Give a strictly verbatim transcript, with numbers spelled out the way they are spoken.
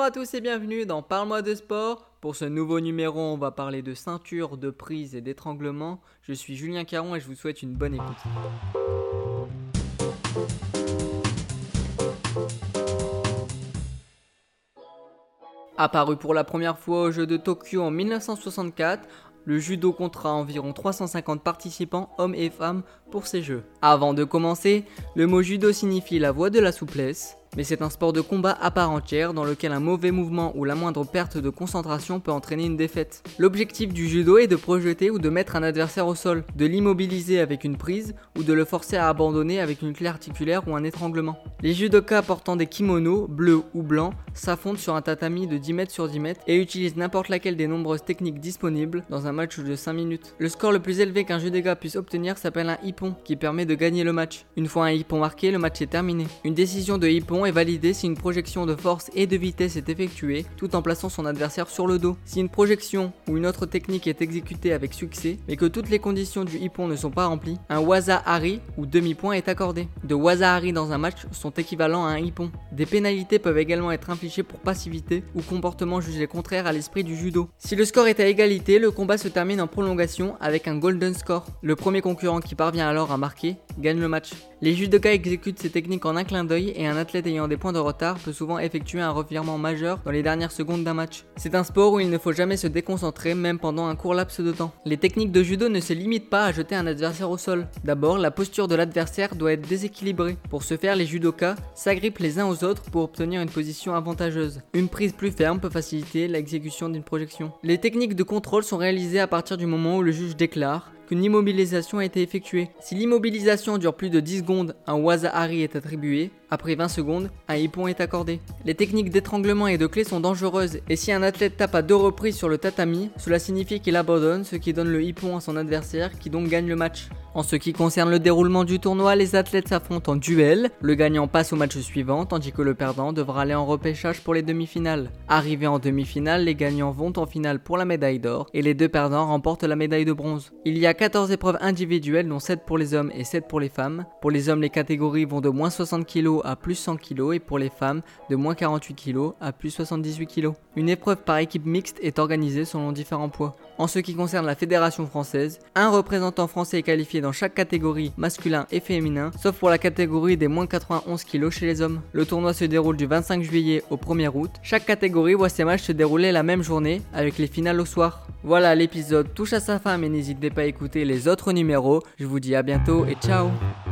à tous et bienvenue dans Parle-moi de sport. Pour ce nouveau numéro, on va parler de ceinture, de prise et d'étranglement. Je suis Julien Caron et je vous souhaite une bonne écoute. Apparu pour la première fois aux Jeux de Tokyo en mille neuf cent soixante-quatre, le judo comptera environ trois cent cinquante participants, hommes et femmes, pour ces jeux. Avant de commencer, le mot judo signifie la voie de la souplesse, mais c'est un sport de combat à part entière dans lequel un mauvais mouvement ou la moindre perte de concentration peut entraîner une défaite. L'objectif du judo est de projeter ou de mettre un adversaire au sol, de l'immobiliser avec une prise ou de le forcer à abandonner avec une clé articulaire ou un étranglement. Les judokas portant des kimonos, bleus ou blancs, s'affrontent sur un tatami de dix mètres sur dix mètres et utilisent n'importe laquelle des nombreuses techniques disponibles dans un match de cinq minutes. Le score le plus élevé qu'un judoka puisse obtenir s'appelle un ippon, qui permet de gagner le match. Une fois un ippon marqué, le match est terminé. Une décision de ippon est validée si une projection de force et de vitesse est effectuée, tout en plaçant son adversaire sur le dos. Si une projection ou une autre technique est exécutée avec succès, mais que toutes les conditions du ippon ne sont pas remplies, un waza-hari ou demi-point est accordé. De waza-hari dans un match sont équivalents à un ippon. Des pénalités peuvent également être infligées pour passivité ou comportement jugé contraire à l'esprit du judo. Si le score est à égalité, le combat se termine en prolongation avec un golden score. Le premier concurrent qui parvient alors à marquer gagne le match. Les judokas exécutent ces techniques en un clin d'œil et un athlète ayant des points de retard peut souvent effectuer un revirement majeur dans les dernières secondes d'un match. C'est un sport où il ne faut jamais se déconcentrer même pendant un court laps de temps. Les techniques de judo ne se limitent pas à jeter un adversaire au sol. D'abord, la posture de l'adversaire doit être déséquilibrée. Pour ce faire, les judokas s'agrippent les uns aux autres pour obtenir une position avantageuse. Une prise plus ferme peut faciliter l'exécution d'une projection. Les techniques de contrôle sont réalisées à partir du moment où le juge déclare qu'une immobilisation a été effectuée. Si l'immobilisation dure plus de dix secondes, un waza-hari est attribué. Après vingt secondes, un ippon est accordé. Les techniques d'étranglement et de clé sont dangereuses et si un athlète tape à deux reprises sur le tatami, cela signifie qu'il abandonne, ce qui donne le ippon à son adversaire qui donc gagne le match. En ce qui concerne le déroulement du tournoi, les athlètes s'affrontent en duel. Le gagnant passe au match suivant, tandis que le perdant devra aller en repêchage pour les demi-finales. Arrivés en demi-finale, les gagnants vont en finale pour la médaille d'or et les deux perdants remportent la médaille de bronze. Il y a quatorze épreuves individuelles, dont sept pour les hommes et sept pour les femmes. Pour les hommes, les catégories vont de moins soixante kilos à plus cent kilos et pour les femmes, de moins quarante-huit kilos à plus soixante-dix-huit kilos. Une épreuve par équipe mixte est organisée selon différents poids. En ce qui concerne la fédération française, un représentant français est qualifié dans chaque catégorie masculin et féminin, sauf pour la catégorie des moins quatre-vingt-onze kilos chez les hommes. Le tournoi se déroule du vingt-cinq juillet au premier août. Chaque catégorie voit ses matchs se dérouler la même journée, avec les finales au soir. Voilà, l'épisode touche à sa fin, mais n'hésitez pas à écouter les autres numéros. Je vous dis à bientôt et ciao.